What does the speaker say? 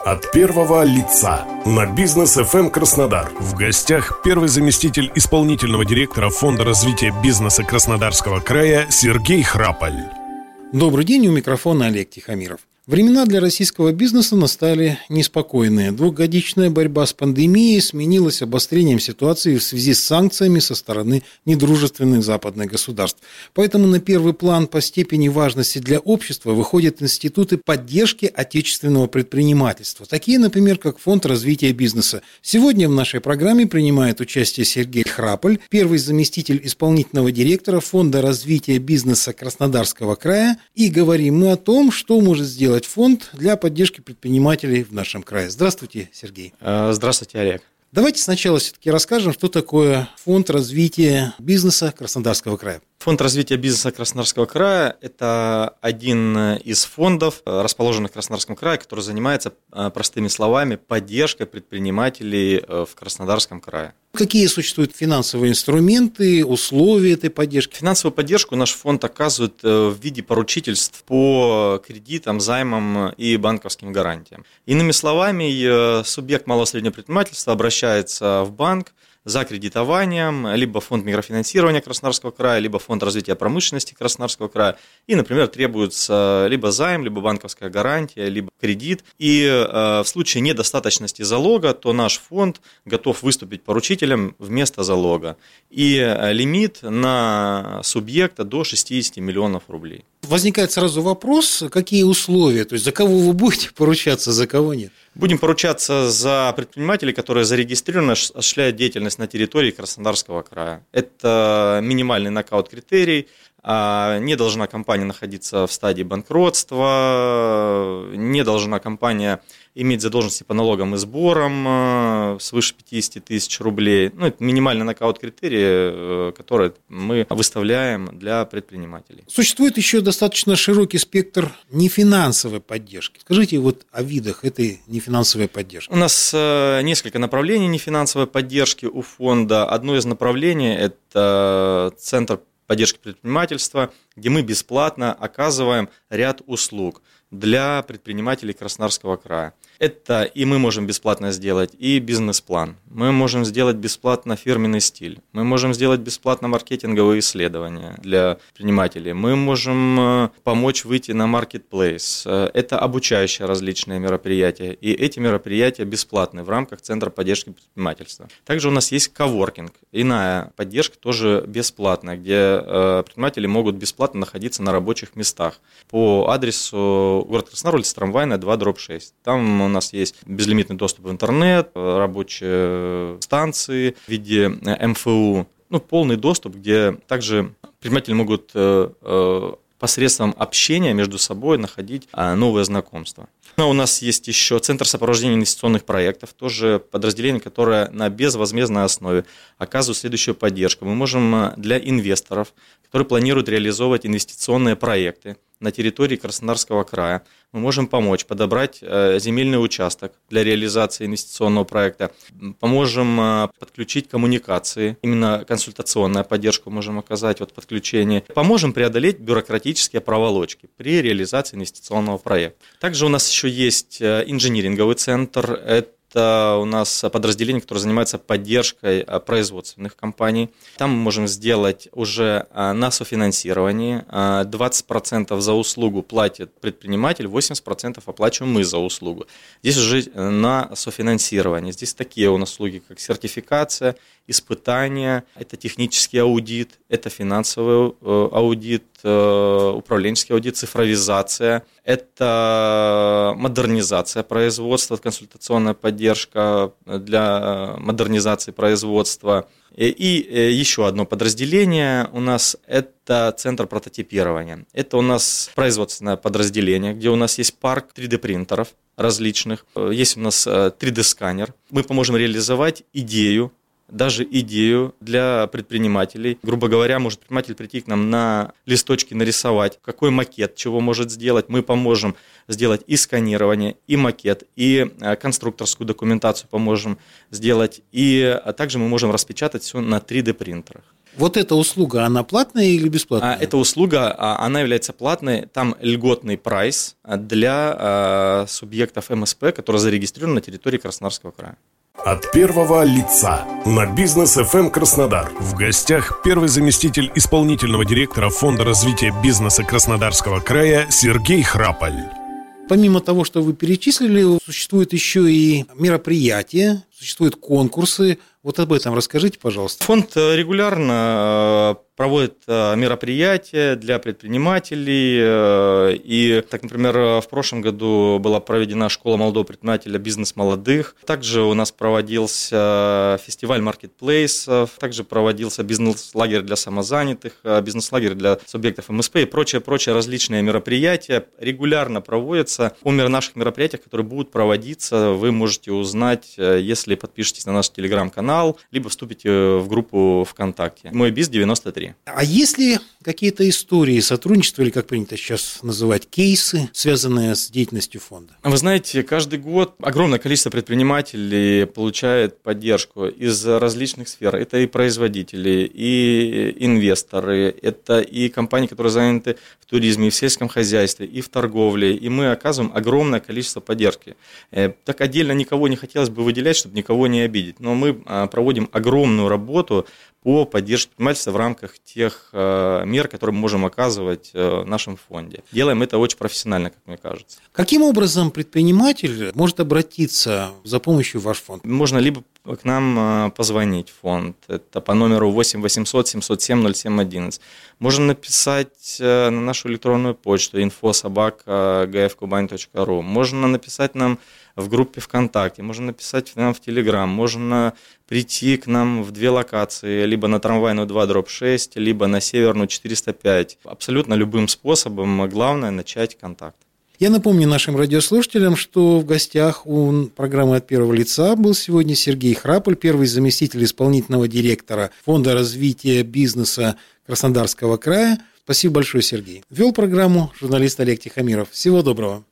От первого лица на Бизнес ФМ Краснодар. В гостях первый заместитель исполнительного директора Фонда развития бизнеса Краснодарского края Сергей Храполь. Добрый день, у микрофона Олег Тихомиров. Времена для российского бизнеса настали неспокойные. Двухгодичная борьба с пандемией сменилась обострением ситуации в связи с санкциями со стороны недружественных западных государств. Поэтому на первый план по степени важности для общества выходят институты поддержки отечественного предпринимательства, такие, например, как Фонд развития бизнеса. Сегодня в нашей программе принимает участие Сергей Храполь, первый заместитель исполнительного директора Фонда развития бизнеса Краснодарского края. И говорим мы о том, что может сделать фонд для поддержки предпринимателей в нашем крае. Здравствуйте, Сергей. Здравствуйте, Олег. Давайте сначала все-таки расскажем, что такое Фонд развития бизнеса Краснодарского края. Фонд развития бизнеса Краснодарского края – это один из фондов, расположенных в Краснодарском крае, который занимается, простыми словами, поддержкой предпринимателей в Краснодарском крае. Какие существуют финансовые инструменты, условия этой поддержки? Финансовую поддержку наш фонд оказывает в виде поручительств по кредитам, займам и банковским гарантиям. Иными словами, субъект малого и среднего предпринимательства обращается в банк за кредитованием, либо фонд микрофинансирования Краснодарского края, либо фонд развития промышленности Краснодарского края, и, например, требуется либо займ, либо банковская гарантия, либо кредит, и в случае недостаточности залога, то наш фонд готов выступить поручителем вместо залога, и лимит на субъекта до 60 миллионов рублей. Возникает сразу вопрос, какие условия, то есть за кого вы будете поручаться, за кого нет? Будем поручаться за предпринимателей, которые зарегистрированы, осуществляют деятельность на территории Краснодарского края. Это минимальный нокаут-критерий. Не должна компания находиться в стадии банкротства, не должна компания иметь задолженности по налогам и сборам свыше 50 тысяч рублей. Это минимальный нокаут-критерий, который мы выставляем для предпринимателей. Существует еще достаточно широкий спектр нефинансовой поддержки. Скажите о видах этой нефинансовой поддержки. У нас несколько направлений нефинансовой поддержки у фонда. Одно из направлений – это Центр поддержки предпринимательства, где мы бесплатно оказываем ряд услуг для предпринимателей Краснодарского края. Это и мы можем бесплатно сделать и бизнес-план, мы можем сделать бесплатно фирменный стиль, мы можем сделать бесплатно маркетинговые исследования для предпринимателей, мы можем помочь выйти на маркетплейс. Это обучающие различные мероприятия, и эти мероприятия бесплатны в рамках Центра поддержки предпринимательства. Также у нас есть коворкинг, иная поддержка тоже бесплатная, где предприниматели могут бесплатно находиться на рабочих местах по адресу город Краснодар, улица Трамвайная, 2/6. Там у нас есть безлимитный доступ в интернет, рабочие станции в виде МФУ, полный доступ, где также предприниматели могут посредством общения между собой находить новые знакомства. У нас есть еще Центр сопровождения инвестиционных проектов, тоже подразделение, которое на безвозмездной основе оказывает следующую поддержку. Мы можем для инвесторов, которые планируют реализовывать инвестиционные проекты на территории Краснодарского края, мы можем помочь подобрать земельный участок для реализации инвестиционного проекта, поможем подключить коммуникации, именно консультационную поддержку можем оказать от подключения, поможем преодолеть бюрократические проволочки при реализации инвестиционного проекта. Также у нас еще есть инжиниринговый центр, это у нас подразделение, которое занимается поддержкой производственных компаний. Там мы можем сделать уже на софинансировании. 20% за услугу платит предприниматель, 80% оплачиваем мы за услугу. Здесь уже на софинансировании. Здесь такие у нас услуги, как сертификация, испытания, это технический аудит, это финансовый аудит, управленческий аудит, цифровизация, это модернизация производства, консультационная поддержка для модернизации производства. И еще одно подразделение у нас – это Центр прототипирования. Это у нас производственное подразделение, где у нас есть парк 3D-принтеров различных, есть у нас 3D-сканер. Мы поможем реализовать идею для предпринимателей. Грубо говоря, может предприниматель прийти к нам на листочке нарисовать, какой макет, чего может сделать. Мы поможем сделать и сканирование, и макет, и конструкторскую документацию поможем сделать. И также мы можем распечатать все на 3D принтерах. Вот эта услуга, она платная или бесплатная? Эта услуга, она является платной, там льготный прайс для субъектов МСП, которые зарегистрированы на территории Краснодарского края. От первого лица на Бизнес ФМ Краснодар. В гостях первый заместитель исполнительного директора Фонда развития бизнеса Краснодарского края Сергей Храполь. Помимо того, что вы перечислили, существуют еще и мероприятия, существуют конкурсы. Вот об этом расскажите, пожалуйста. Фонд регулярно проводит мероприятия для предпринимателей. И, так, например, в прошлом году была проведена школа молодого предпринимателя «Бизнес молодых». Также у нас проводился фестиваль маркетплейсов, также проводился бизнес-лагерь для самозанятых, бизнес-лагерь для субъектов МСП и прочие различные мероприятия регулярно проводятся. О наших мероприятиях, которые будут проводиться, вы можете узнать, если подпишетесь на наш телеграм-канал, либо вступите в группу ВКонтакте. Мой Биз 93. А есть ли какие-то истории сотрудничества, или, как принято сейчас называть, кейсы, связанные с деятельностью фонда? Вы знаете, каждый год огромное количество предпринимателей получает поддержку из различных сфер. Это и производители, и инвесторы, это и компании, которые заняты в туризме, и в сельском хозяйстве, и в торговле. И мы оказываем огромное количество поддержки. Так отдельно никого не хотелось бы выделять, чтобы никого не обидеть. Но мы проводим огромную работу по поддержке предпринимательства в рамках тех мер, которые мы можем оказывать в нашем фонде. Делаем это очень профессионально, как мне кажется. Каким образом предприниматель может обратиться за помощью в ваш фонд? Можно либо к нам позвонить в фонд, это по номеру 8 800 707 0711. Можно написать на нашу электронную почту info@gfkuban.ru. Можно написать нам в группе ВКонтакте, можно написать нам в Телеграм, можно прийти к нам в 2 локации, либо на Трамвайную 2/6, либо на Северную 405. Абсолютно любым способом, главное начать контакт. Я напомню нашим радиослушателям, что в гостях у программы «От первого лица» был сегодня Сергей Храполь, первый заместитель исполнительного директора Фонда развития бизнеса Краснодарского края. Спасибо большое, Сергей. Вел программу журналист Олег Тихомиров. Всего доброго.